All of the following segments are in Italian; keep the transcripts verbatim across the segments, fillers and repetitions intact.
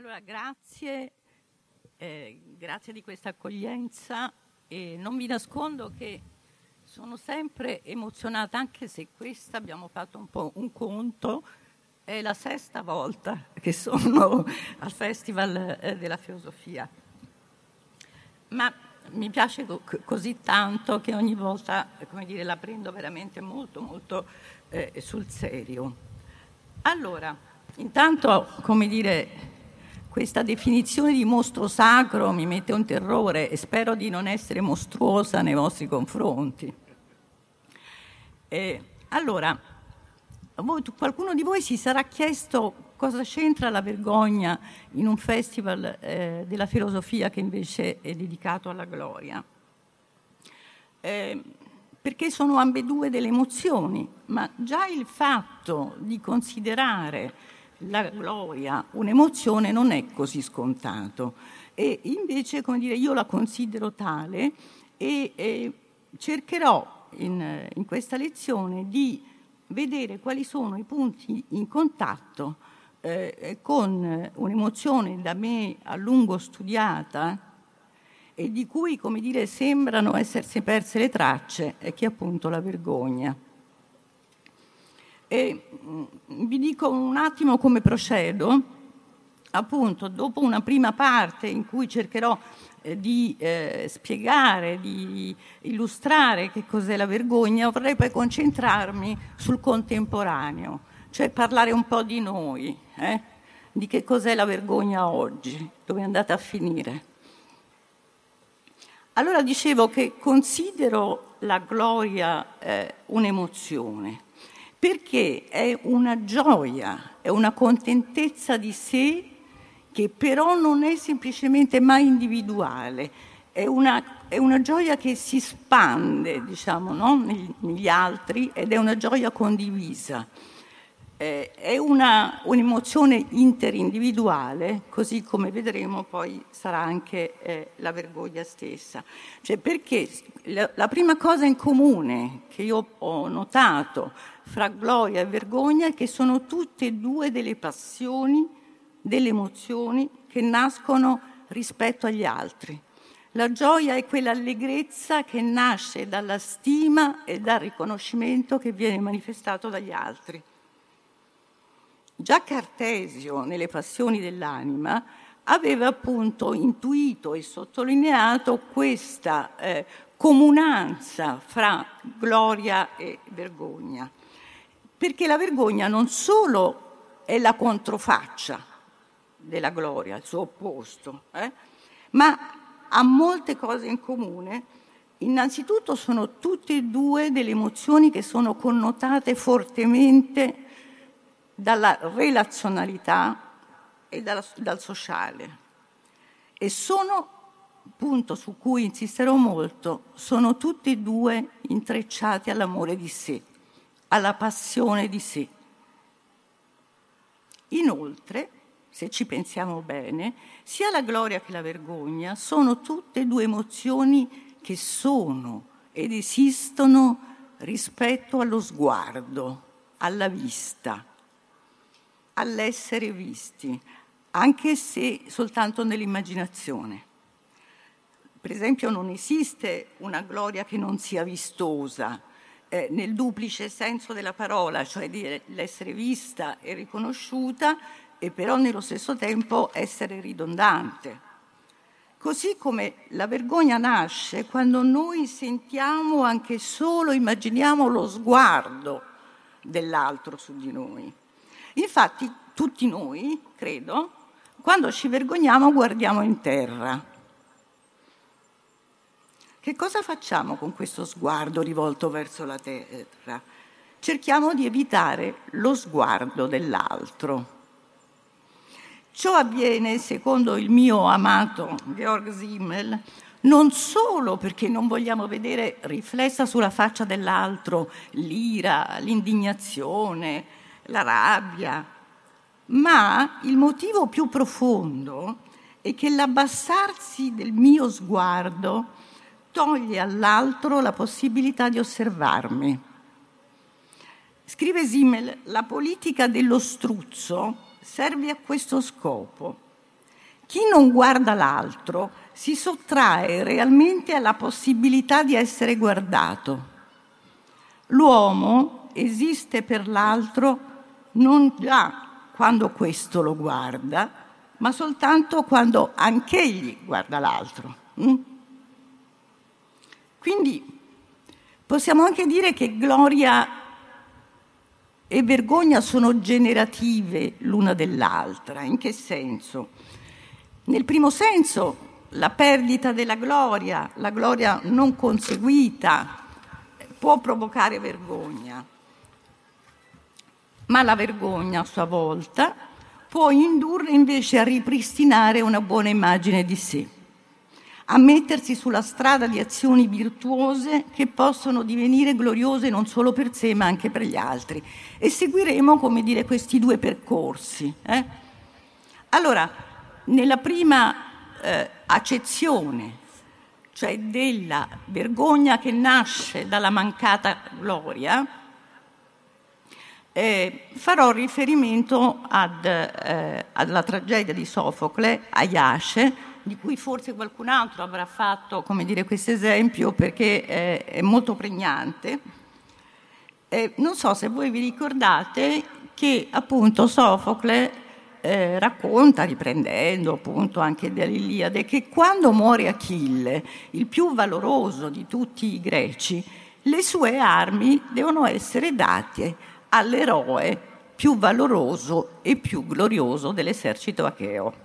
Allora, grazie, eh, grazie di questa accoglienza e non vi nascondo che sono sempre emozionata, anche se questa abbiamo fatto un po' un conto, è la sesta volta che sono al Festival eh, della Filosofia. Ma mi piace co- così tanto che ogni volta, come dire, la prendo veramente molto, molto eh, sul serio. Allora, intanto, come dire, questa definizione di mostro sacro mi mette un terrore e spero di non essere mostruosa nei vostri confronti. Eh, allora, voi, qualcuno di voi si sarà chiesto cosa c'entra la vergogna in un festival eh, della filosofia che invece è dedicato alla gloria. Eh, perché sono ambedue delle emozioni, ma già il fatto di considerare la gloria un'emozione non è così scontato. E invece, come dire, io la considero tale e, e cercherò in, in questa lezione di vedere quali sono i punti in contatto eh, con un'emozione da me a lungo studiata e di cui, come dire, sembrano essersi perse le tracce, e che è appunto la vergogna. E mh, vi dico un attimo come procedo. Appunto, dopo una prima parte in cui cercherò eh, di eh, spiegare, di illustrare che cos'è la vergogna, vorrei poi concentrarmi sul contemporaneo, cioè parlare un po' di noi, eh? Di che cos'è la vergogna oggi, dove è andata a finire. Allora dicevo che considero la gloria eh, un'emozione, perché è una gioia, è una contentezza di sé che però non è semplicemente mai individuale, è una, è una gioia che si spande, diciamo, no? negli, negli altri, ed è una gioia condivisa. Eh, è una, un'emozione interindividuale, così come vedremo poi sarà anche eh, la vergogna stessa. Cioè, perché la, la prima cosa in comune che io ho notato fra gloria e vergogna è che sono tutte e due delle passioni, delle emozioni che nascono rispetto agli altri. La gioia è quell'allegrezza che nasce dalla stima e dal riconoscimento che viene manifestato dagli altri. Già Cartesio, nelle Passioni dell'anima, aveva appunto intuito e sottolineato questa eh, comunanza fra gloria e vergogna, perché la vergogna non solo è la controfaccia della gloria, il suo opposto, eh, ma ha molte cose in comune. Innanzitutto sono tutte e due delle emozioni che sono connotate fortemente dalla relazionalità e dalla, dal sociale, e sono, punto su cui insisterò molto, sono tutti e due intrecciati all'amore di sé, alla passione di sé. Inoltre, se ci pensiamo bene, sia la gloria che la vergogna sono tutte e due emozioni che sono ed esistono rispetto allo sguardo, alla vista, all'essere visti, anche se soltanto nell'immaginazione. Per esempio, non esiste una gloria che non sia vistosa, eh, nel duplice senso della parola, cioè dire l'essere vista e riconosciuta, e però nello stesso tempo essere ridondante. Così come la vergogna nasce quando noi sentiamo, anche solo immaginiamo lo sguardo dell'altro su di noi. Infatti, tutti noi, credo, quando ci vergogniamo guardiamo in terra. Che cosa facciamo con questo sguardo rivolto verso la terra? Cerchiamo di evitare lo sguardo dell'altro. Ciò avviene, secondo il mio amato Georg Simmel, non solo perché non vogliamo vedere riflessa sulla faccia dell'altro l'ira, l'indignazione, la rabbia, ma il motivo più profondo è che l'abbassarsi del mio sguardo toglie all'altro la possibilità di osservarmi. Scrive Simmel, la politica dello struzzo serve a questo scopo. Chi non guarda l'altro si sottrae realmente alla possibilità di essere guardato. L'uomo esiste per l'altro non già quando questo lo guarda, ma soltanto quando anch'egli guarda l'altro. Mm? Quindi possiamo anche dire che gloria e vergogna sono generative l'una dell'altra. In che senso? Nel primo senso, la perdita della gloria, la gloria non conseguita, può provocare vergogna, ma la vergogna a sua volta può indurre invece a ripristinare una buona immagine di sé, a mettersi sulla strada di azioni virtuose che possono divenire gloriose non solo per sé ma anche per gli altri. E seguiremo, come dire, questi due percorsi. Eh? Allora, nella prima eh, accezione, cioè della vergogna che nasce dalla mancata gloria, eh, farò riferimento ad, eh, alla tragedia di Sofocle, Aiace, di cui forse qualcun altro avrà fatto, come dire, questo esempio perché eh, è molto pregnante. Eh, non so se voi vi ricordate che appunto Sofocle eh, racconta, riprendendo appunto anche dall'Iliade, che quando muore Achille, il più valoroso di tutti i greci, le sue armi devono essere date all'eroe più valoroso e più glorioso dell'esercito acheo.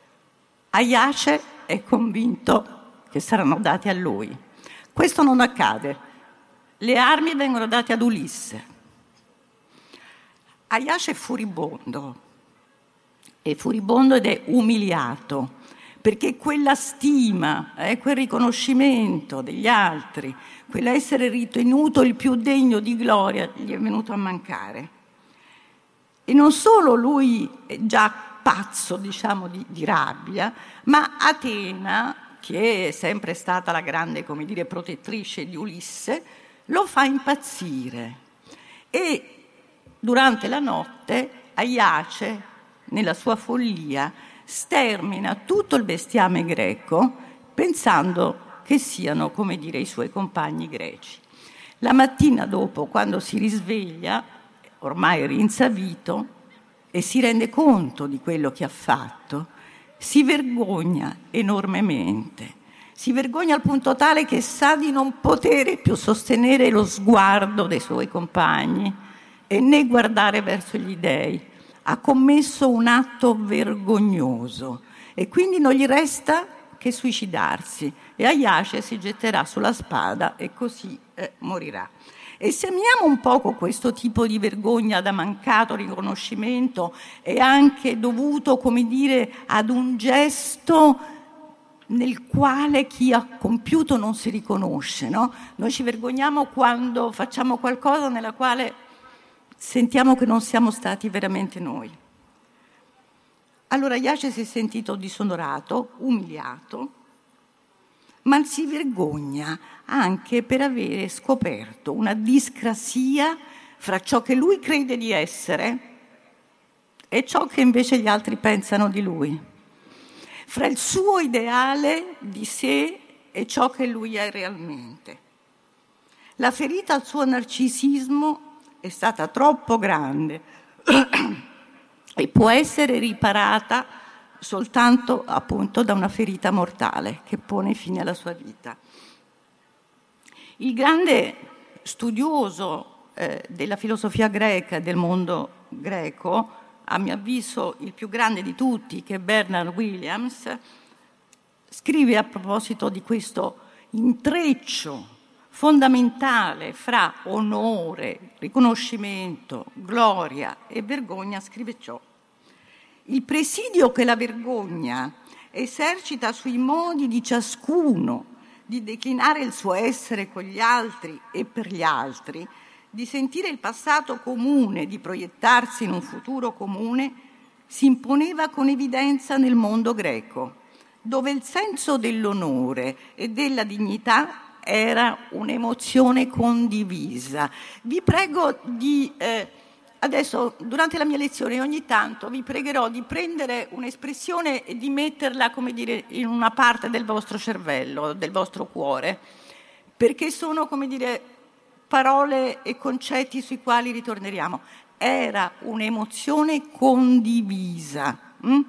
Aiace è convinto che saranno date a lui. Questo non accade. Le armi vengono date ad Ulisse. Aiace è furibondo, è furibondo ed è umiliato, perché quella stima, eh, quel riconoscimento degli altri, quell'essere ritenuto il più degno di gloria, gli è venuto a mancare. E non solo lui è già pazzo, diciamo, di, di rabbia, ma Atena, che è sempre stata la grande, come dire, protettrice di Ulisse, lo fa impazzire. E durante la notte Aiace, nella sua follia, stermina tutto il bestiame greco pensando che siano, come dire, i suoi compagni greci. La mattina dopo, quando si risveglia, ormai rinsavito, e si rende conto di quello che ha fatto, si vergogna enormemente. Si vergogna al punto tale che sa di non poter più sostenere lo sguardo dei suoi compagni e né guardare verso gli dèi. Ha commesso un atto vergognoso e quindi non gli resta che suicidarsi. E Aiace si getterà sulla spada e così eh, morirà. Esaminiamo un poco questo tipo di vergogna da mancato riconoscimento e anche dovuto, come dire, ad un gesto nel quale chi ha compiuto non si riconosce, no? Noi ci vergogniamo quando facciamo qualcosa nella quale sentiamo che non siamo stati veramente noi. Allora Aiace si è sentito disonorato, umiliato, ma si vergogna anche per avere scoperto una discrasia fra ciò che lui crede di essere e ciò che invece gli altri pensano di lui, fra il suo ideale di sé e ciò che lui è realmente. La ferita al suo narcisismo è stata troppo grande e può essere riparata soltanto appunto da una ferita mortale che pone fine alla sua vita. Il grande studioso eh, della filosofia greca e del mondo greco, a mio avviso il più grande di tutti, che è Bernard Williams, scrive a proposito di questo intreccio fondamentale fra onore, riconoscimento, gloria e vergogna, scrive ciò: il presidio che la vergogna esercita sui modi di ciascuno di declinare il suo essere con gli altri e per gli altri, di sentire il passato comune, di proiettarsi in un futuro comune, si imponeva con evidenza nel mondo greco, dove il senso dell'onore e della dignità era un'emozione condivisa. Vi prego di eh, adesso, durante la mia lezione, ogni tanto vi pregherò di prendere un'espressione e di metterla, come dire, in una parte del vostro cervello, del vostro cuore, perché sono, come dire, parole e concetti sui quali ritorneremo. Era un'emozione condivisa. Hm?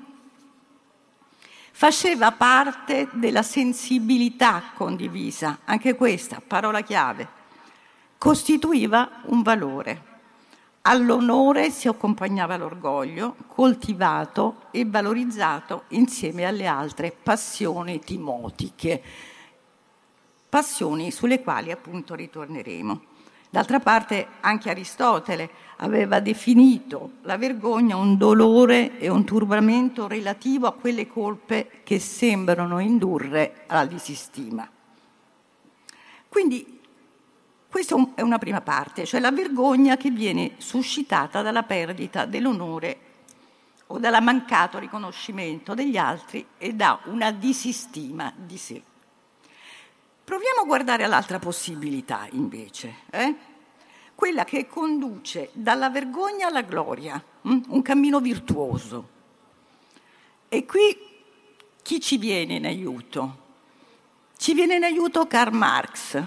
Faceva parte della sensibilità condivisa, anche questa, parola chiave. Costituiva un valore. All'onore si accompagnava l'orgoglio, coltivato e valorizzato insieme alle altre passioni timotiche, passioni sulle quali appunto ritorneremo. D'altra parte anche Aristotele aveva definito la vergogna un dolore e un turbamento relativo a quelle colpe che sembrano indurre alla disistima. Quindi questa è una prima parte, cioè la vergogna che viene suscitata dalla perdita dell'onore o dal mancato riconoscimento degli altri e da una disistima di sé. Proviamo a guardare all'altra possibilità, invece, eh? Quella che conduce dalla vergogna alla gloria, hm? Un cammino virtuoso. E qui chi ci viene in aiuto? Ci viene in aiuto Karl Marx,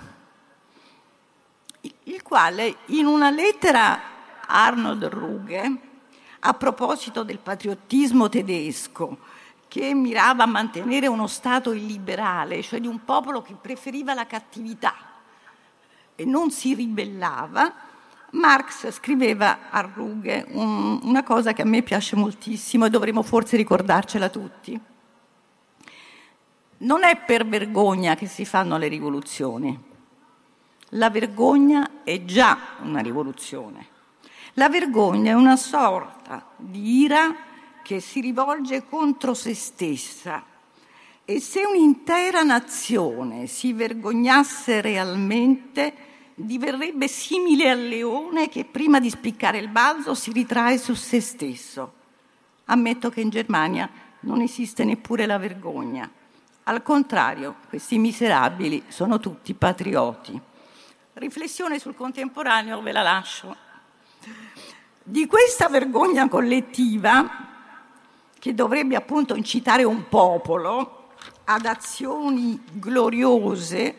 il quale in una lettera a Arnold Ruge, a proposito del patriottismo tedesco, che mirava a mantenere uno Stato illiberale, cioè di un popolo che preferiva la cattività e non si ribellava, Marx scriveva a Ruge un, una cosa che a me piace moltissimo e dovremmo forse ricordarcela tutti. Non è per vergogna che si fanno le rivoluzioni. La vergogna è già una rivoluzione. La vergogna è una sorta di ira che si rivolge contro se stessa, e se un'intera nazione si vergognasse realmente diverrebbe simile al leone che prima di spiccare il balzo si ritrae su se stesso. Ammetto che in Germania non esiste neppure la vergogna. Al contrario, questi miserabili sono tutti patrioti. Riflessione sul contemporaneo ve la lascio. Di questa vergogna collettiva, che dovrebbe appunto incitare un popolo ad azioni gloriose,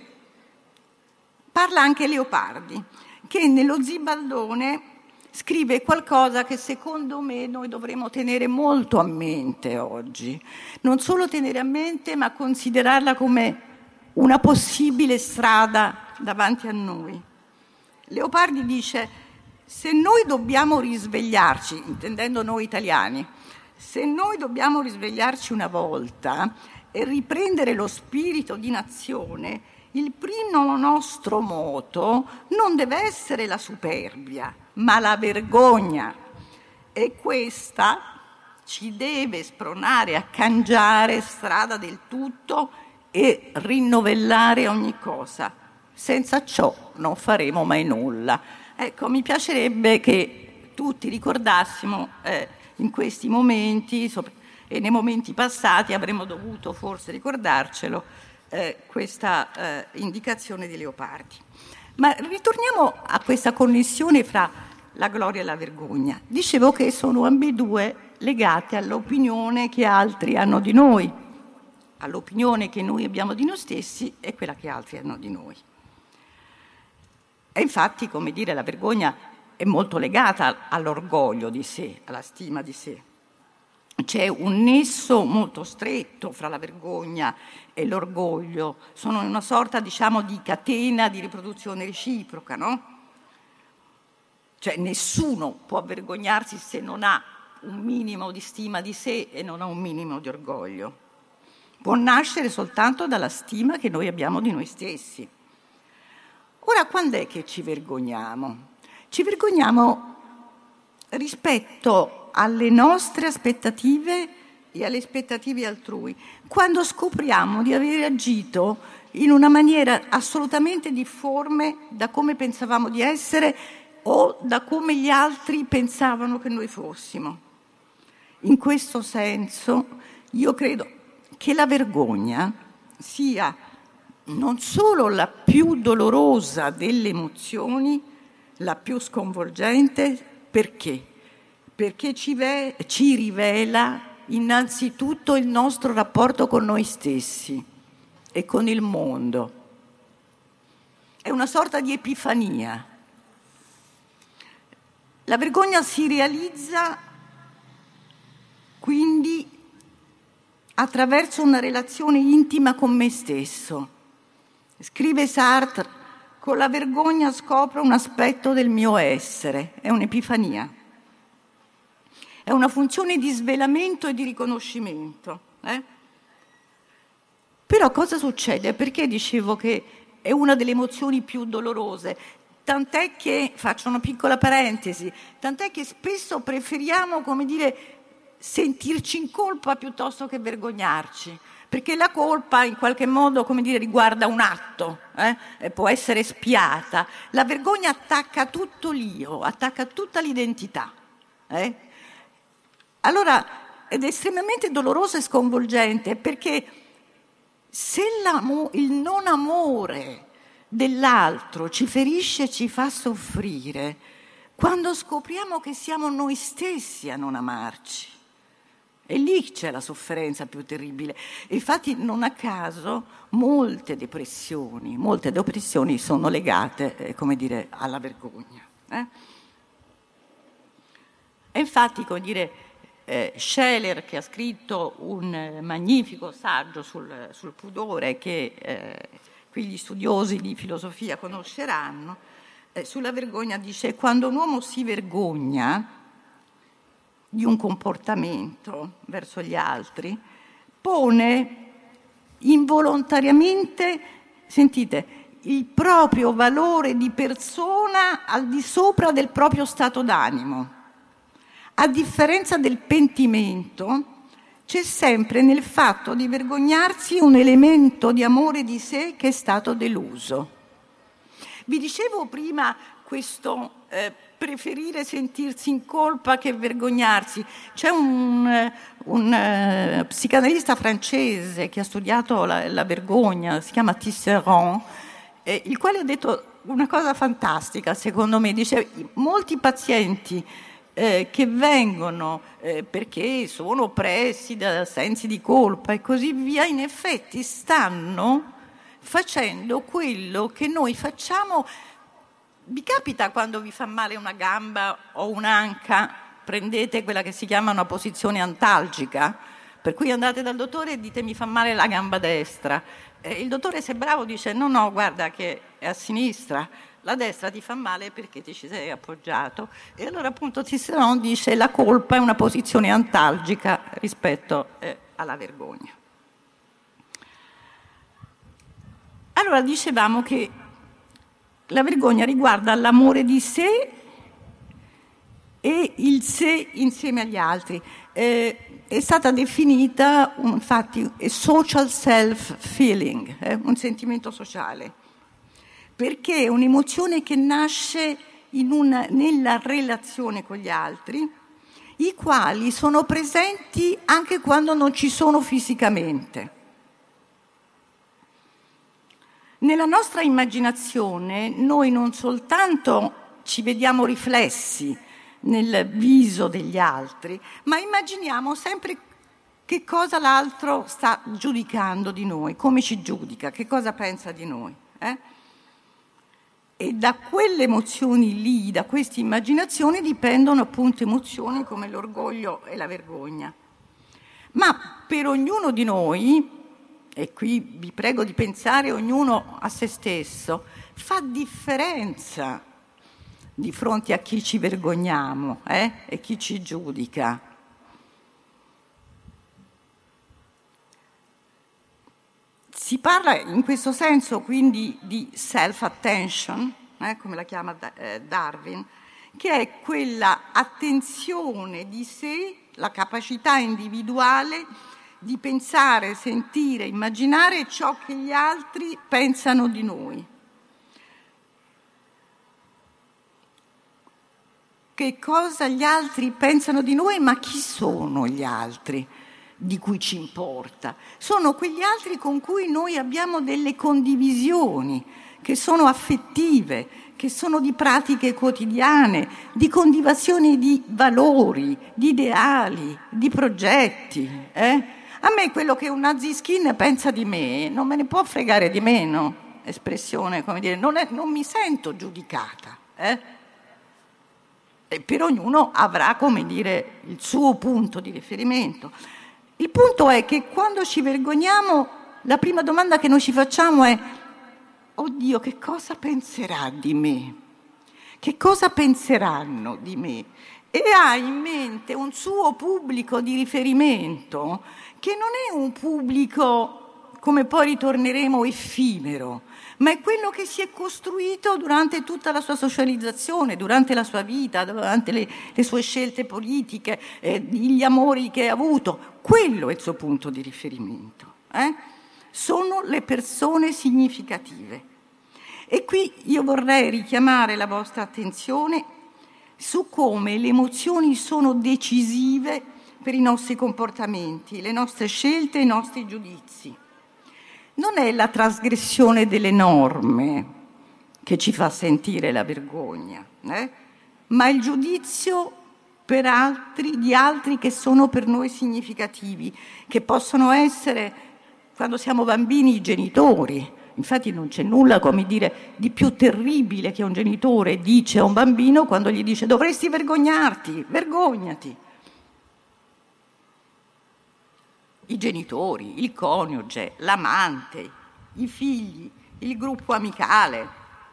parla anche Leopardi, che nello Zibaldone scrive qualcosa che secondo me noi dovremmo tenere molto a mente oggi. Non solo tenere a mente, ma considerarla come una possibile strada davanti a noi. Leopardi dice: se noi dobbiamo risvegliarci, intendendo noi italiani, se noi dobbiamo risvegliarci una volta e riprendere lo spirito di nazione, il primo nostro moto non deve essere la superbia, ma la vergogna. E questa ci deve spronare a cangiare strada del tutto e rinnovellare ogni cosa. Senza ciò non faremo mai nulla. Ecco, mi piacerebbe che tutti ricordassimo eh, in questi momenti e nei momenti passati avremmo dovuto forse ricordarcelo eh, questa eh, indicazione di Leopardi. Ma ritorniamo a questa connessione fra la gloria e la vergogna. Dicevo che sono ambedue legate all'opinione che altri hanno di noi, all'opinione che noi abbiamo di noi stessi e quella che altri hanno di noi. E infatti, come dire, la vergogna è molto legata all'orgoglio di sé, alla stima di sé. C'è un nesso molto stretto fra la vergogna e l'orgoglio, sono una sorta, diciamo, di catena di riproduzione reciproca, no? Cioè nessuno può vergognarsi se non ha un minimo di stima di sé e non ha un minimo di orgoglio. Può nascere soltanto dalla stima che noi abbiamo di noi stessi. Ora, quando è che ci vergogniamo? Ci vergogniamo rispetto alle nostre aspettative e alle aspettative altrui, quando scopriamo di aver agito in una maniera assolutamente difforme da come pensavamo di essere o da come gli altri pensavano che noi fossimo. In questo senso, io credo che la vergogna sia non solo la più dolorosa delle emozioni, la più sconvolgente Perché? Perché ci, ve- ci rivela innanzitutto il nostro rapporto con noi stessi e con il mondo. È una sorta di epifania. La vergogna si realizza quindi attraverso una relazione intima con me stesso. Scrive Sartre, con la vergogna scopro un aspetto del mio essere, è un'epifania. È una funzione di svelamento e di riconoscimento. Eh? Però cosa succede? Perché dicevo che è una delle emozioni più dolorose? Tant'è che, faccio una piccola parentesi, tant'è che spesso preferiamo, come dire, sentirci in colpa piuttosto che vergognarci, perché la colpa in qualche modo, come dire, riguarda un atto, eh? E può essere spiata. La vergogna attacca tutto l'io, attacca tutta l'identità. Eh? Allora, ed è estremamente doloroso e sconvolgente, perché se il non amore dell'altro ci ferisce e ci fa soffrire, quando scopriamo che siamo noi stessi a non amarci, e lì c'è la sofferenza più terribile. E infatti non a caso molte depressioni, molte depressioni sono legate, eh, come dire, alla vergogna. Eh? E infatti, come dire, eh, Scheler, che ha scritto un eh, magnifico saggio sul, sul pudore, che eh, qui gli studiosi di filosofia conosceranno, eh, sulla vergogna dice: quando un uomo si vergogna di un comportamento verso gli altri, pone involontariamente, sentite, il proprio valore di persona al di sopra del proprio stato d'animo. A differenza del pentimento, c'è sempre nel fatto di vergognarsi un elemento di amore di sé che è stato deluso. Vi dicevo prima questo eh, preferire sentirsi in colpa che vergognarsi. C'è un, un uh, psicanalista francese che ha studiato la, la vergogna, si chiama Tisserand, eh, il quale ha detto una cosa fantastica, secondo me. Dice: molti pazienti eh, che vengono eh, perché sono oppressi da sensi di colpa e così via, in effetti stanno facendo quello che noi facciamo. Vi capita quando vi fa male una gamba o un'anca, prendete quella che si chiama una posizione antalgica, per cui andate dal dottore e dite: mi fa male la gamba destra. E il dottore, se è bravo, dice: no, no, guarda che è a sinistra, la destra ti fa male perché ti ci sei appoggiato. E allora appunto Tisserand dice: la colpa è una posizione antalgica rispetto eh, alla vergogna. Allora dicevamo che la vergogna riguarda l'amore di sé e il sé insieme agli altri. Eh, è stata definita, infatti, social self-feeling, eh, un sentimento sociale, perché è un'emozione che nasce in una, nella relazione con gli altri, i quali sono presenti anche quando non ci sono fisicamente. Nella nostra immaginazione noi non soltanto ci vediamo riflessi nel viso degli altri, ma immaginiamo sempre che cosa l'altro sta giudicando di noi, come ci giudica, che cosa pensa di noi. Eh? E da quelle emozioni lì, da queste immaginazioni, dipendono appunto emozioni come l'orgoglio e la vergogna. Ma per ognuno di noi, e qui vi prego di pensare ognuno a se stesso, fa differenza di fronte a chi ci vergogniamo eh? e chi ci giudica. Si parla in questo senso quindi di self-attention, eh? come la chiama Darwin, che è quella attenzione di sé, la capacità individuale di pensare, sentire, immaginare ciò che gli altri pensano di noi. Che cosa gli altri pensano di noi, ma chi sono gli altri di cui ci importa? Sono quegli altri con cui noi abbiamo delle condivisioni, che sono affettive, che sono di pratiche quotidiane, di condivisione di valori, di ideali, di progetti. Eh? A me quello che un naziskin pensa di me non me ne può fregare di meno, espressione, come dire, non, è, non mi sento giudicata. Eh? E per ognuno avrà, come dire, il suo punto di riferimento. Il punto è che quando ci vergogniamo, la prima domanda che noi ci facciamo è: oddio, che cosa penserà di me? Che cosa penseranno di me? E ha in mente un suo pubblico di riferimento che non è un pubblico, come poi ritorneremo, effimero, ma è quello che si è costruito durante tutta la sua socializzazione, durante la sua vita, durante le, le sue scelte politiche, eh, gli amori che ha avuto. Quello è il suo punto di riferimento. Eh? Sono le persone significative. E qui io vorrei richiamare la vostra attenzione su come le emozioni sono decisive per i nostri comportamenti, le nostre scelte e i nostri giudizi. Non è la trasgressione delle norme che ci fa sentire la vergogna, eh? ma il giudizio per altri, di altri che sono per noi significativi, che possono essere, quando siamo bambini, i genitori. Infatti non c'è nulla, come dire, di più terribile che un genitore dice a un bambino quando gli dice: dovresti vergognarti, vergognati. I genitori, il coniuge, l'amante, i figli, il gruppo amicale,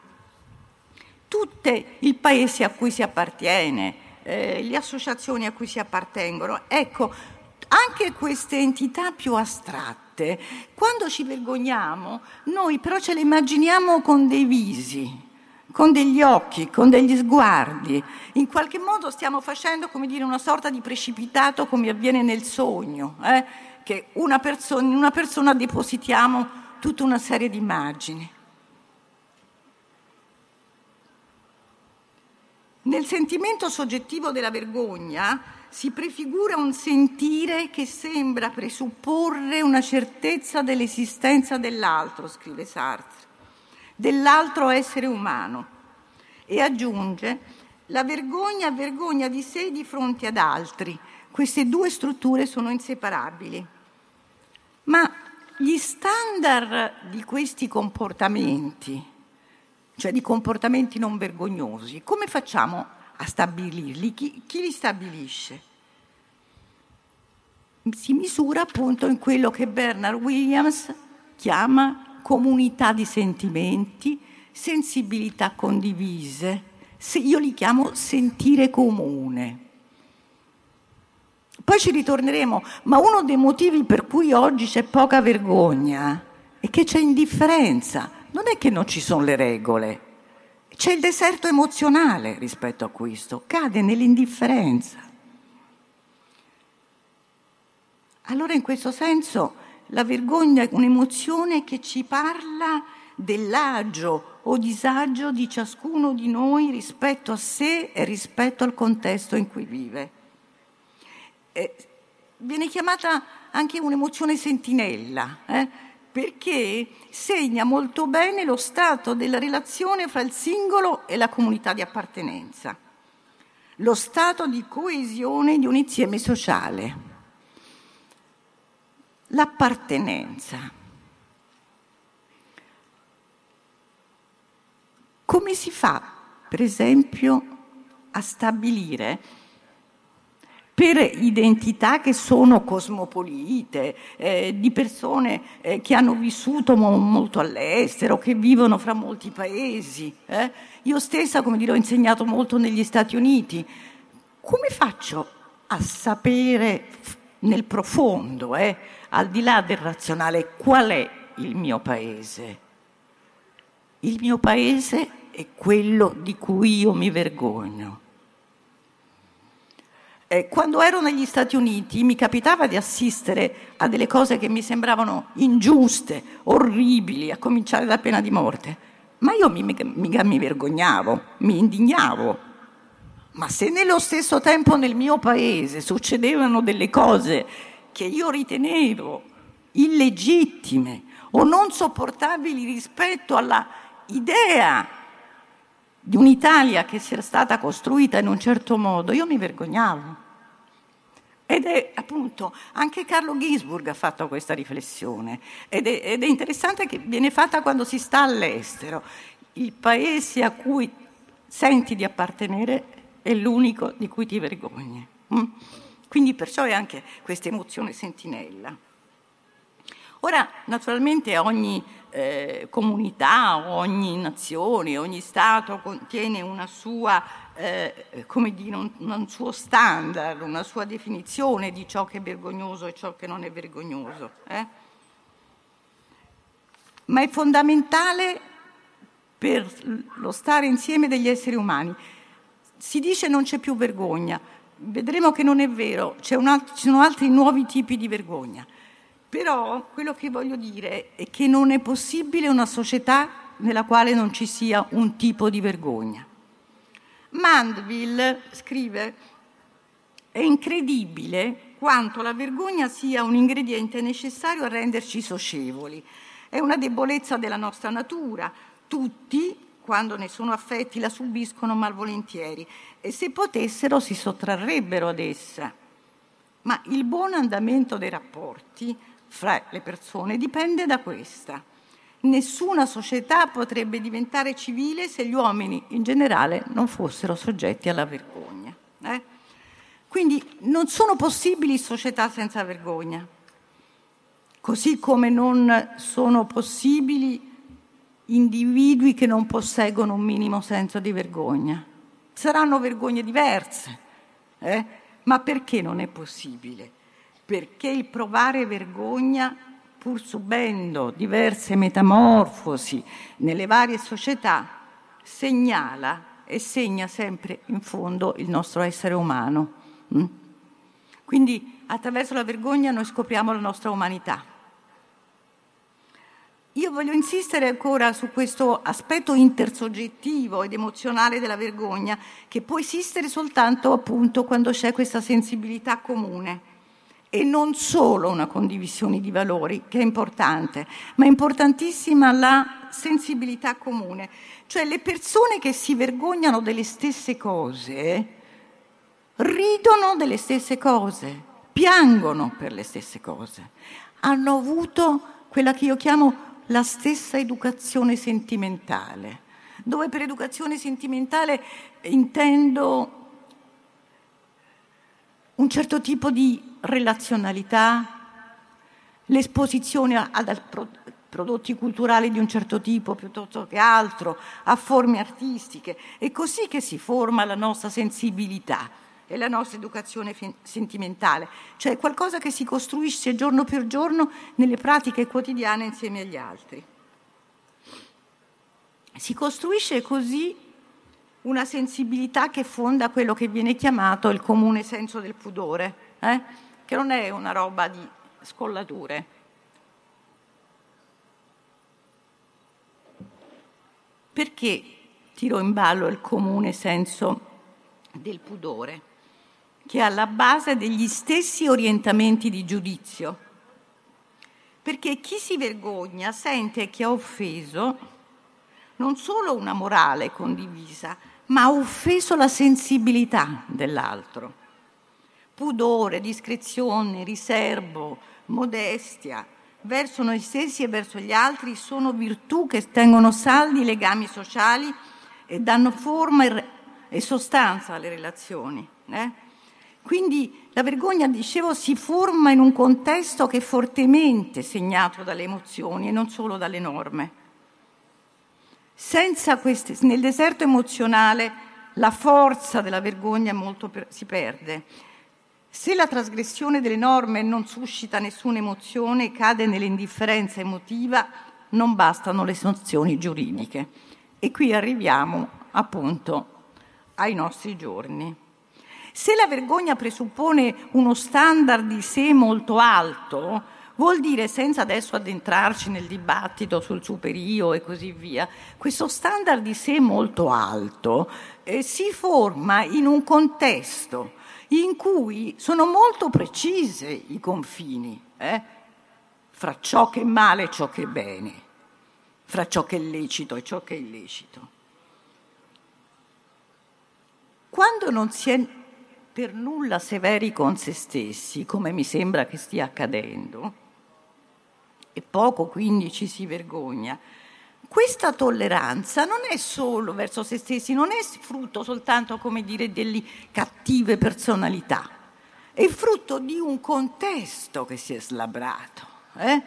tutte il paese a cui si appartiene, eh, le associazioni a cui si appartengono. Ecco, anche queste entità più astratte, quando ci vergogniamo, noi però ce le immaginiamo con dei visi, con degli occhi, con degli sguardi. In qualche modo stiamo facendo, come dire, una sorta di precipitato, come avviene nel sogno, eh? che una persona, in una persona depositiamo tutta una serie di immagini. Nel sentimento soggettivo della vergogna si prefigura un sentire che sembra presupporre una certezza dell'esistenza dell'altro, scrive Sartre, dell'altro essere umano, e aggiunge: la vergogna vergogna di sé di fronte ad altri. Queste due strutture sono inseparabili. Ma gli standard di questi comportamenti, cioè di comportamenti non vergognosi, come facciamo a stabilirli? Chi, chi li stabilisce? Si misura appunto in quello che Bernard Williams chiama comunità di sentimenti, sensibilità condivise. Io li chiamo sentire comune. Poi ci ritorneremo, ma uno dei motivi per cui oggi c'è poca vergogna è che c'è indifferenza. Non è che non ci sono le regole, c'è il deserto emozionale rispetto a questo, cade nell'indifferenza. Allora, in questo senso, la vergogna è un'emozione che ci parla dell'agio o disagio di ciascuno di noi rispetto a sé e rispetto al contesto in cui vive. Eh, viene chiamata anche un'emozione sentinella, eh, perché segna molto bene lo stato della relazione fra il singolo e la comunità di appartenenza, lo stato di coesione di un insieme sociale, l'appartenenza. Come si fa, per esempio, a stabilire per identità che sono cosmopolite, eh, di persone eh, che hanno vissuto mo- molto all'estero, che vivono fra molti paesi. Eh? Io stessa, come dire, ho insegnato molto negli Stati Uniti. Come faccio a sapere nel profondo, eh, al di là del razionale, qual è il mio paese? Il mio paese è quello di cui io mi vergogno. Eh, quando ero negli Stati Uniti mi capitava di assistere a delle cose che mi sembravano ingiuste, orribili, a cominciare dalla pena di morte. Ma io mi, mica mi vergognavo, mi indignavo. Ma se nello stesso tempo nel mio paese succedevano delle cose che io ritenevo illegittime o non sopportabili rispetto alla idea di un'Italia che sia stata costruita in un certo modo, io mi vergognavo. Ed è appunto, anche Carlo Ginzburg ha fatto questa riflessione, ed è, ed è interessante che viene fatta quando si sta all'estero. Il paese a cui senti di appartenere è l'unico di cui ti vergogni. Mm? Quindi perciò è anche questa emozione sentinella. Ora, naturalmente ogni eh, comunità, ogni nazione, ogni Stato contiene una sua, eh, come dire, un, un suo standard, una sua definizione di ciò che è vergognoso e ciò che non è vergognoso. Eh? Ma è fondamentale per lo stare insieme degli esseri umani. Si dice non c'è più vergogna, vedremo che non è vero, c'è un altro, ci sono altri nuovi tipi di vergogna. Però quello che voglio dire è che non è possibile una società nella quale non ci sia un tipo di vergogna. Mandeville scrive: è incredibile quanto la vergogna sia un ingrediente necessario a renderci socievoli. È una debolezza della nostra natura. Tutti, quando ne sono affetti, la subiscono malvolentieri e se potessero si sottrarrebbero ad essa. Ma il buon andamento dei rapporti fra le persone dipende da questa. Nessuna società potrebbe diventare civile se gli uomini in generale non fossero soggetti alla vergogna. Eh? Quindi non sono possibili società senza vergogna, così come non sono possibili individui che non posseggono un minimo senso di vergogna. Saranno vergogne diverse, eh? Ma perché non è possibile? Perché il provare vergogna, pur subendo diverse metamorfosi nelle varie società, segnala e segna sempre in fondo il nostro essere umano. Mm? Quindi attraverso la vergogna noi scopriamo la nostra umanità. Io voglio insistere ancora su questo aspetto intersoggettivo ed emozionale della vergogna, che può esistere soltanto appunto quando c'è questa sensibilità comune. E non solo una condivisione di valori, che è importante, ma è importantissima la sensibilità comune. Cioè le persone che si vergognano delle stesse cose ridono delle stesse cose, piangono per le stesse cose, hanno avuto quella che io chiamo la stessa educazione sentimentale, dove per educazione sentimentale intendo un certo tipo di relazionalità, l'esposizione a, a prodotti culturali di un certo tipo piuttosto che altro, a forme artistiche. È così che si forma la nostra sensibilità e la nostra educazione fe- sentimentale, cioè qualcosa che si costruisce giorno per giorno nelle pratiche quotidiane insieme agli altri. Si costruisce così una sensibilità che fonda quello che viene chiamato il comune senso del pudore, eh? Che non è una roba di scollature. Perché tiro in ballo il comune senso del pudore, che è alla base degli stessi orientamenti di giudizio? Perché chi si vergogna sente che ha offeso non solo una morale condivisa, ma ha offeso la sensibilità dell'altro. Pudore, discrezione, riservo, modestia verso noi stessi e verso gli altri sono virtù che tengono saldi i legami sociali e danno forma e sostanza alle relazioni. Eh? Quindi la vergogna, dicevo, si forma in un contesto che è fortemente segnato dalle emozioni e non solo dalle norme. Senza queste, nel deserto emozionale la forza della vergogna molto per, si perde. Se la trasgressione delle norme non suscita nessuna emozione e cade nell'indifferenza emotiva, non bastano le sanzioni giuridiche. E qui arriviamo appunto ai nostri giorni. Se la vergogna presuppone uno standard di sé molto alto, vuol dire, senza adesso addentrarci nel dibattito sul superio e così via, questo standard di sé molto alto eh, si forma in un contesto in cui sono molto precise i confini eh, fra ciò che è male e ciò che è bene, fra ciò che è lecito e ciò che è illecito. Quando non si è per nulla severi con se stessi, come mi sembra che stia accadendo, e poco quindi ci si vergogna, questa tolleranza non è solo verso se stessi, non è frutto soltanto, come dire, delle cattive personalità, è frutto di un contesto che si è slabrato, eh?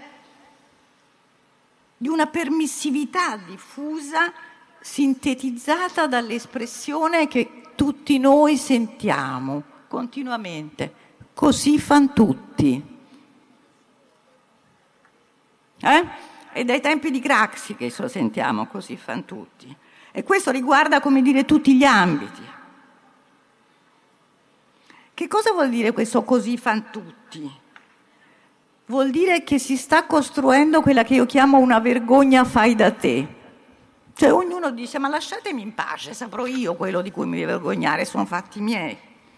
Di una permissività diffusa, sintetizzata dall'espressione che tutti noi sentiamo continuamente: così fan tutti. Eh? È dai tempi di Craxi che lo sentiamo, così fan tutti. E questo riguarda, come dire, tutti gli ambiti. Che cosa vuol dire questo così fan tutti? Vuol dire che si sta costruendo quella che io chiamo una vergogna fai da te. Cioè ognuno dice: ma lasciatemi in pace, saprò io quello di cui mi devo vergognare, sono fatti miei.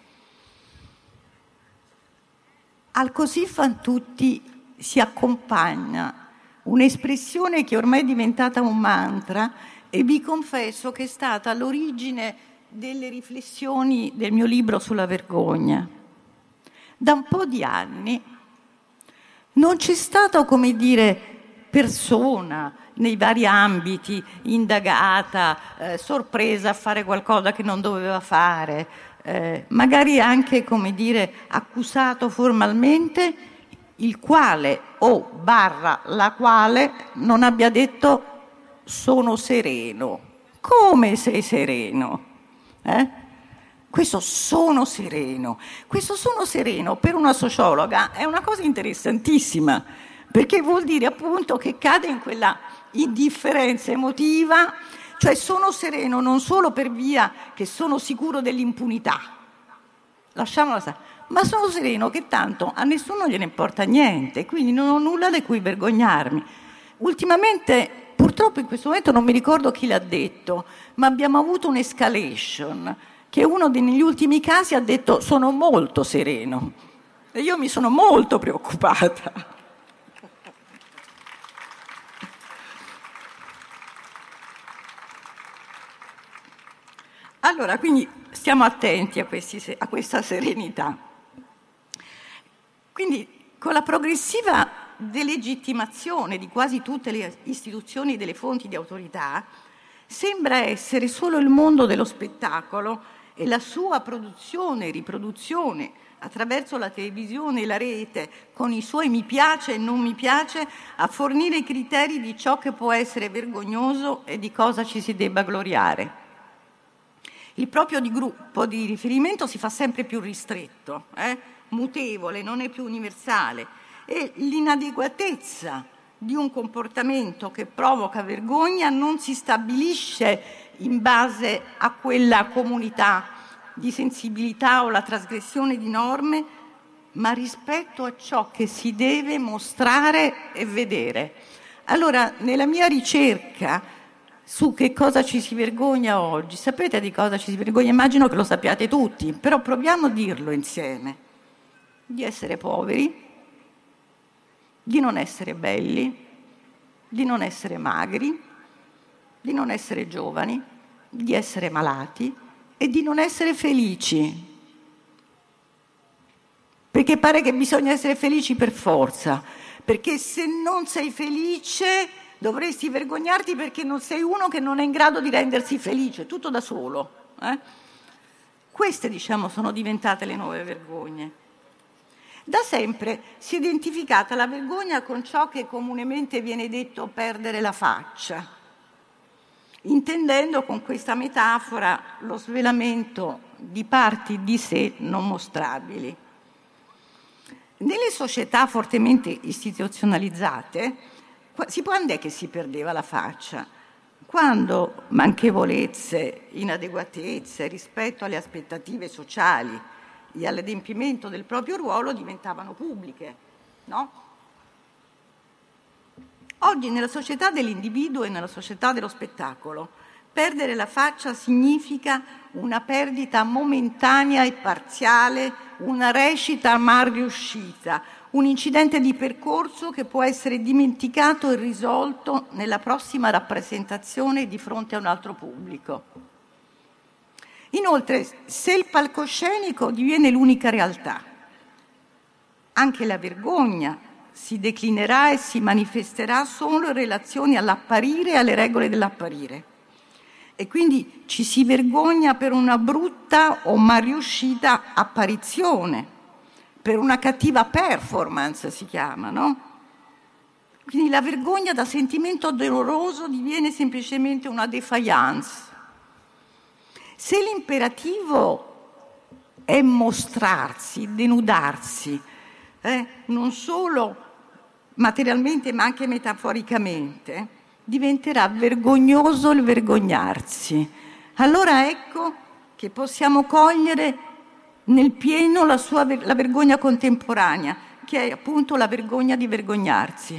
Al così fan tutti si accompagna un'espressione che ormai è diventata un mantra, e vi confesso che è stata all'origine delle riflessioni del mio libro sulla vergogna. Da un po' di anni non c'è stata, come dire, persona nei vari ambiti, indagata, eh, sorpresa a fare qualcosa che non doveva fare, eh, magari anche, come dire, accusato formalmente, il quale o barra la quale non abbia detto sono sereno. Come sei sereno? Eh? Questo sono sereno. Questo sono sereno per una sociologa è una cosa interessantissima, perché vuol dire appunto che cade in quella indifferenza emotiva, cioè sono sereno non solo per via che sono sicuro dell'impunità, lasciamola stare, ma sono sereno che tanto a nessuno gliene importa niente, quindi non ho nulla di cui vergognarmi. Ultimamente, purtroppo in questo momento non mi ricordo chi l'ha detto, ma abbiamo avuto un'escalation, che uno negli ultimi casi ha detto sono molto sereno, e io mi sono molto preoccupata. Allora, quindi stiamo attenti a, questi, a questa serenità. Quindi, con la progressiva delegittimazione di quasi tutte le istituzioni e delle fonti di autorità, sembra essere solo il mondo dello spettacolo e la sua produzione e riproduzione attraverso la televisione e la rete, con i suoi mi piace e non mi piace, a fornire i criteri di ciò che può essere vergognoso e di cosa ci si debba gloriare. Il proprio di gruppo di riferimento si fa sempre più ristretto, eh? mutevole, non è più universale, e l'inadeguatezza di un comportamento che provoca vergogna non si stabilisce in base a quella comunità di sensibilità o la trasgressione di norme, ma rispetto a ciò che si deve mostrare e vedere. Allora, nella mia ricerca su che cosa ci si vergogna oggi, sapete di cosa ci si vergogna? Immagino che lo sappiate tutti, però proviamo a dirlo insieme. Di essere poveri, di non essere belli, di non essere magri, di non essere giovani, di essere malati e di non essere felici. Perché pare che bisogna essere felici per forza, perché se non sei felice dovresti vergognarti perché non sei uno che non è in grado di rendersi felice, tutto da solo. Eh? Queste, diciamo, sono diventate le nuove vergogne. Da sempre si è identificata la vergogna con ciò che comunemente viene detto perdere la faccia, intendendo con questa metafora lo svelamento di parti di sé non mostrabili. Nelle società fortemente istituzionalizzate, quando è che si perdeva la faccia? Quando manchevolezze, inadeguatezze rispetto alle aspettative sociali e all'adempimento del proprio ruolo diventavano pubbliche, no? Oggi nella società dell'individuo e nella società dello spettacolo, perdere la faccia significa una perdita momentanea e parziale, una recita mal riuscita, un incidente di percorso che può essere dimenticato e risolto nella prossima rappresentazione di fronte a un altro pubblico. Inoltre, se il palcoscenico diviene l'unica realtà, anche la vergogna si declinerà e si manifesterà solo in relazione all'apparire e alle regole dell'apparire. E quindi ci si vergogna per una brutta o mal riuscita apparizione, per una cattiva performance si chiama, no? Quindi la vergogna da sentimento doloroso diviene semplicemente una défaillance. Se l'imperativo è mostrarsi, denudarsi, eh, non solo materialmente ma anche metaforicamente, diventerà vergognoso il vergognarsi. Allora ecco che possiamo cogliere nel pieno la sua la vergogna contemporanea, che è appunto la vergogna di vergognarsi.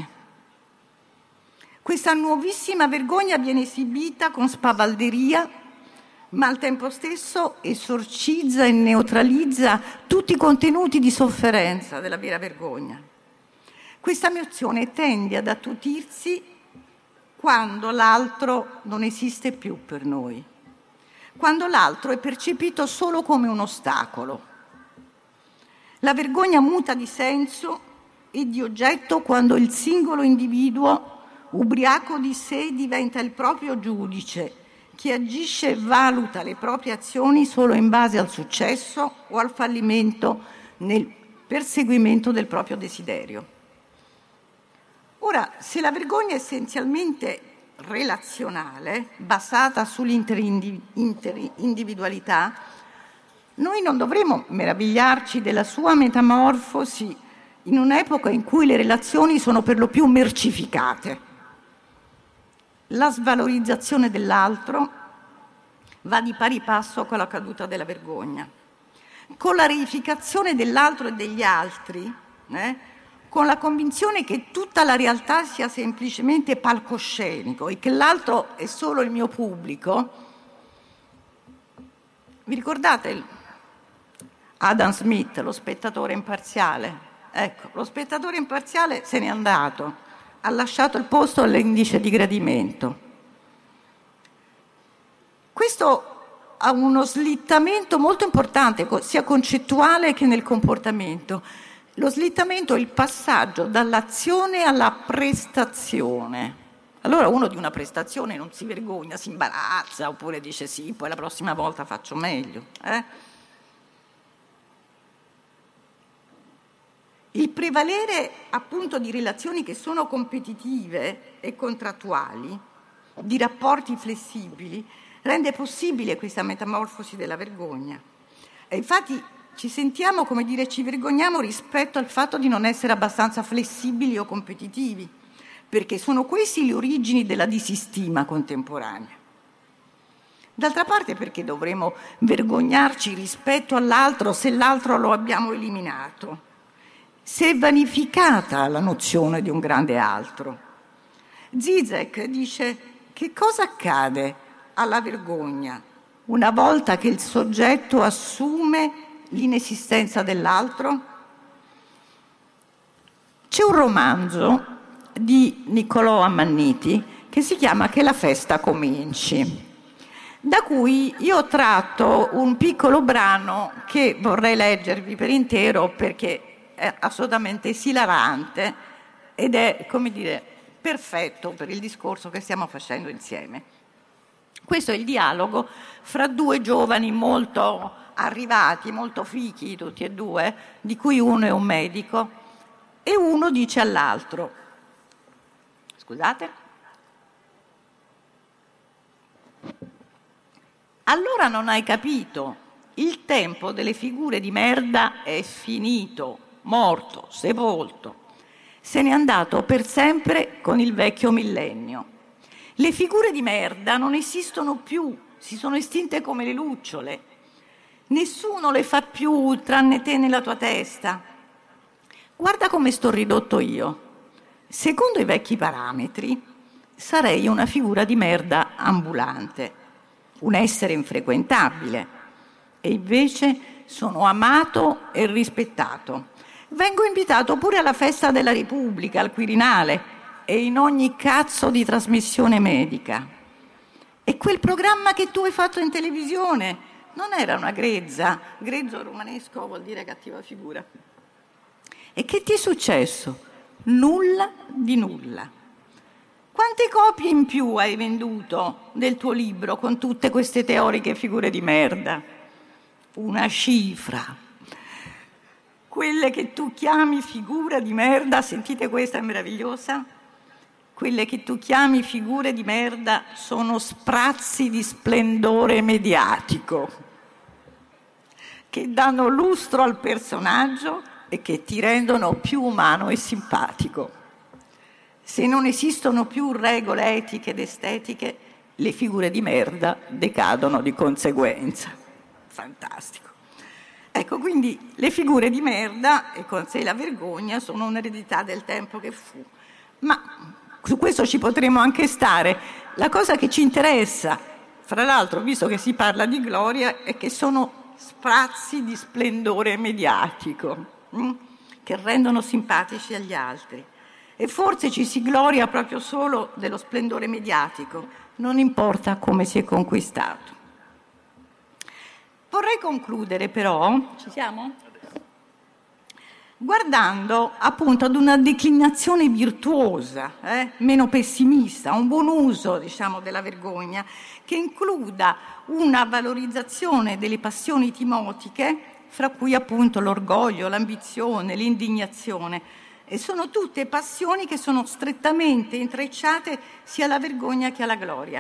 Questa nuovissima vergogna viene esibita con spavalderia, ma al tempo stesso esorcizza e neutralizza tutti i contenuti di sofferenza della vera vergogna. Questa emozione tende ad attutirsi quando l'altro non esiste più per noi, quando l'altro è percepito solo come un ostacolo. La vergogna muta di senso e di oggetto quando il singolo individuo, ubriaco di sé, diventa il proprio giudice, che agisce e valuta le proprie azioni solo in base al successo o al fallimento nel perseguimento del proprio desiderio. Ora, se la vergogna è essenzialmente relazionale, basata sull'interindividualità, noi non dovremo meravigliarci della sua metamorfosi in un'epoca in cui le relazioni sono per lo più mercificate. La svalorizzazione dell'altro va di pari passo con la caduta della vergogna. Con la reificazione dell'altro e degli altri, eh, con la convinzione che tutta la realtà sia semplicemente palcoscenico e che l'altro è solo il mio pubblico. Vi ricordate Adam Smith, lo spettatore imparziale? Ecco, lo spettatore imparziale se n'è andato, ha lasciato il posto all'indice di gradimento. Questo ha uno slittamento molto importante, sia concettuale che nel comportamento. Lo slittamento è il passaggio dall'azione alla prestazione. Allora uno di una prestazione non si vergogna, si imbarazza, oppure dice sì, poi la prossima volta faccio meglio. Eh? Il prevalere appunto di relazioni che sono competitive e contrattuali, di rapporti flessibili, rende possibile questa metamorfosi della vergogna. E infatti ci sentiamo, come dire, ci vergogniamo rispetto al fatto di non essere abbastanza flessibili o competitivi, perché sono queste le origini della disistima contemporanea. D'altra parte, perché dovremmo vergognarci rispetto all'altro se l'altro lo abbiamo eliminato? Se è vanificata la nozione di un grande altro. Zizek dice: che cosa accade alla vergogna una volta che il soggetto assume l'inesistenza dell'altro? C'è un romanzo di Niccolò Ammanniti che si chiama Che la festa cominci, da cui io ho tratto un piccolo brano che vorrei leggervi per intero perché è assolutamente esilarante ed è, come dire, perfetto per il discorso che stiamo facendo insieme. Questo è il dialogo fra due giovani molto arrivati, molto fichi tutti e due, di cui uno è un medico, e uno dice all'altro: scusate, allora non hai capito, il tempo delle figure di merda è finito, morto, sepolto, se n'è andato per sempre con il vecchio millennio. Le figure di merda non esistono più, si sono estinte come le lucciole. Nessuno le fa più tranne te nella tua testa. Guarda come sto ridotto io. Secondo i vecchi parametri sarei una figura di merda ambulante, un essere infrequentabile, e invece sono amato e rispettato. Vengo invitato pure alla festa della Repubblica, al Quirinale e in ogni cazzo di trasmissione medica. E quel programma che tu hai fatto in televisione non era una grezza. Grezzo romanesco vuol dire cattiva figura. E che ti è successo? Nulla di nulla. Quante copie in più hai venduto del tuo libro con tutte queste teoriche figure di merda? Una cifra. Quelle che tu chiami figura di merda, sentite questa è meravigliosa? Quelle che tu chiami figure di merda sono sprazzi di splendore mediatico, che danno lustro al personaggio e che ti rendono più umano e simpatico. Se non esistono più regole etiche ed estetiche, le figure di merda decadono di conseguenza. Fantastico. Ecco, quindi le figure di merda e con sé la vergogna sono un'eredità del tempo che fu. Ma su questo ci potremo anche stare. La cosa che ci interessa, fra l'altro, visto che si parla di gloria, è che sono sprazzi di splendore mediatico, hm? che rendono simpatici agli altri. E forse ci si gloria proprio solo dello splendore mediatico, non importa come si è conquistato. Vorrei concludere però, ci siamo? Guardando appunto ad una declinazione virtuosa, eh, meno pessimista, un buon uso, diciamo, della vergogna, che includa una valorizzazione delle passioni timotiche, fra cui appunto l'orgoglio, l'ambizione, l'indignazione. E sono tutte passioni che sono strettamente intrecciate sia alla vergogna che alla gloria.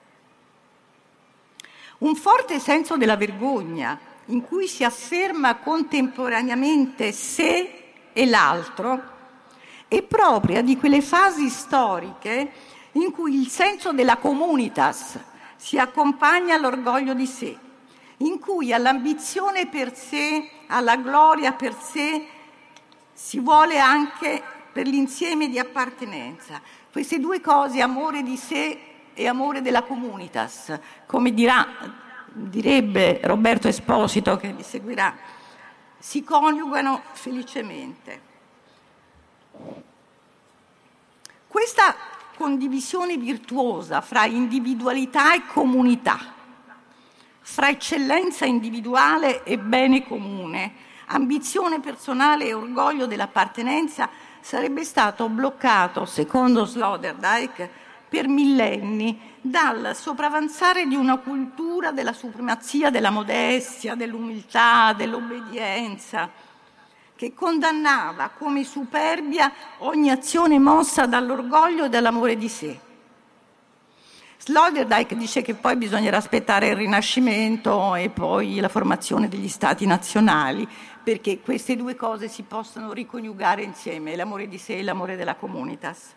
Un forte senso della vergogna, in cui si afferma contemporaneamente sé e l'altro, è propria di quelle fasi storiche in cui il senso della communitas si accompagna all'orgoglio di sé, in cui all'ambizione per sé, alla gloria per sé, si vuole anche per l'insieme di appartenenza. Queste due cose, amore di sé e amore della communitas, come dirà, direbbe Roberto Esposito che mi seguirà, si coniugano felicemente. Questa condivisione virtuosa fra individualità e comunità, fra eccellenza individuale e bene comune, ambizione personale e orgoglio dell'appartenenza, sarebbe stato bloccato, secondo Sloterdijk, per millenni dal sopravanzare di una cultura della supremazia, della modestia, dell'umiltà, dell'obbedienza, che condannava come superbia ogni azione mossa dall'orgoglio e dall'amore di sé. Sloterdijk dice che poi bisognerà aspettare il Rinascimento e poi la formazione degli Stati nazionali, perché queste due cose si possono riconiugare insieme, l'amore di sé e l'amore della communitas.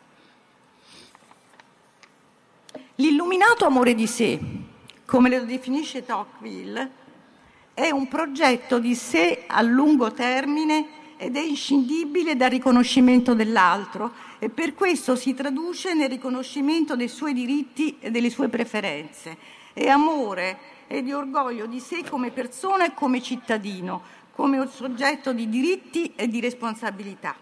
L'illuminato amore di sé, come lo definisce Tocqueville, è un progetto di sé a lungo termine ed è inscindibile dal riconoscimento dell'altro e per questo si traduce nel riconoscimento dei suoi diritti e delle sue preferenze. È amore e di orgoglio di sé come persona e come cittadino, come un soggetto di diritti e di responsabilità.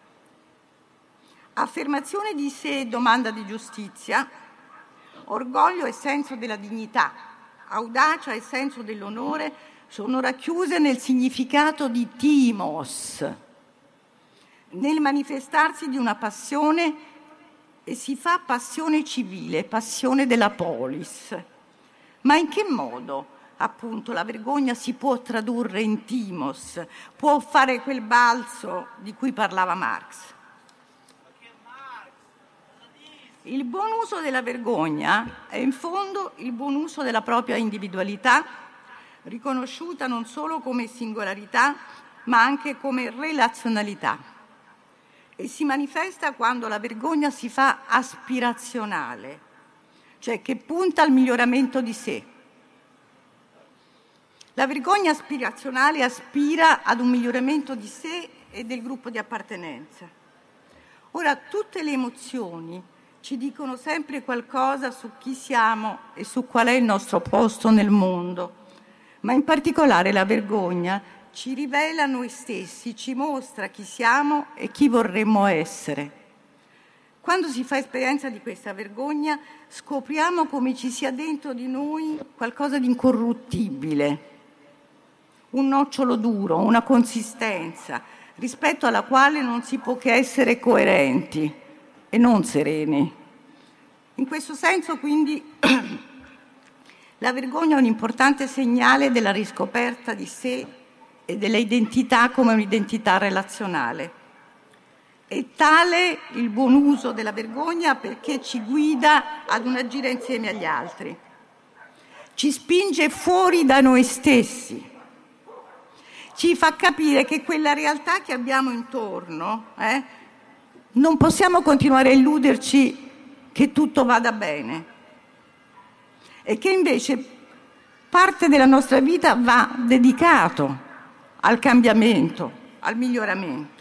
Affermazione di sé e domanda di giustizia, orgoglio e senso della dignità, audacia e senso dell'onore sono racchiuse nel significato di timos, nel manifestarsi di una passione e si fa passione civile, passione della polis. Ma in che modo, appunto, la vergogna si può tradurre in timos, può fare quel balzo di cui parlava Marx? Il buon uso della vergogna è in fondo il buon uso della propria individualità, riconosciuta non solo come singolarità, ma anche come relazionalità. E si manifesta quando la vergogna si fa aspirazionale, cioè che punta al miglioramento di sé. La vergogna aspirazionale aspira ad un miglioramento di sé e del gruppo di appartenenza. Ora, tutte le emozioni ci dicono sempre qualcosa su chi siamo e su qual è il nostro posto nel mondo, ma in particolare la vergogna ci rivela noi stessi, ci mostra chi siamo e chi vorremmo essere. Quando si fa esperienza di questa vergogna, scopriamo come ci sia dentro di noi qualcosa di incorruttibile, un nocciolo duro, una consistenza, rispetto alla quale non si può che essere coerenti e non sereni. In questo senso, quindi, la vergogna è un importante segnale della riscoperta di sé e dell'identità come un'identità relazionale. È tale il buon uso della vergogna perché ci guida ad un agire insieme agli altri, ci spinge fuori da noi stessi, ci fa capire che quella realtà che abbiamo intorno, eh, non possiamo continuare a illuderci che tutto vada bene e che invece parte della nostra vita va dedicato al cambiamento, al miglioramento.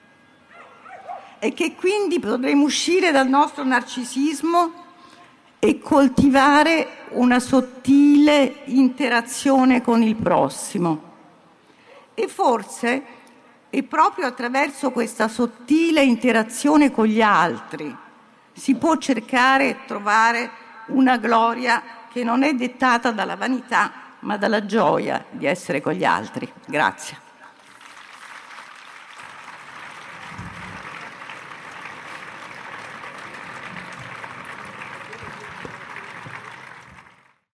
E che quindi potremo uscire dal nostro narcisismo e coltivare una sottile interazione con il prossimo. E forse è proprio attraverso questa sottile interazione con gli altri si può cercare e trovare una gloria che non è dettata dalla vanità, ma dalla gioia di essere con gli altri. Grazie.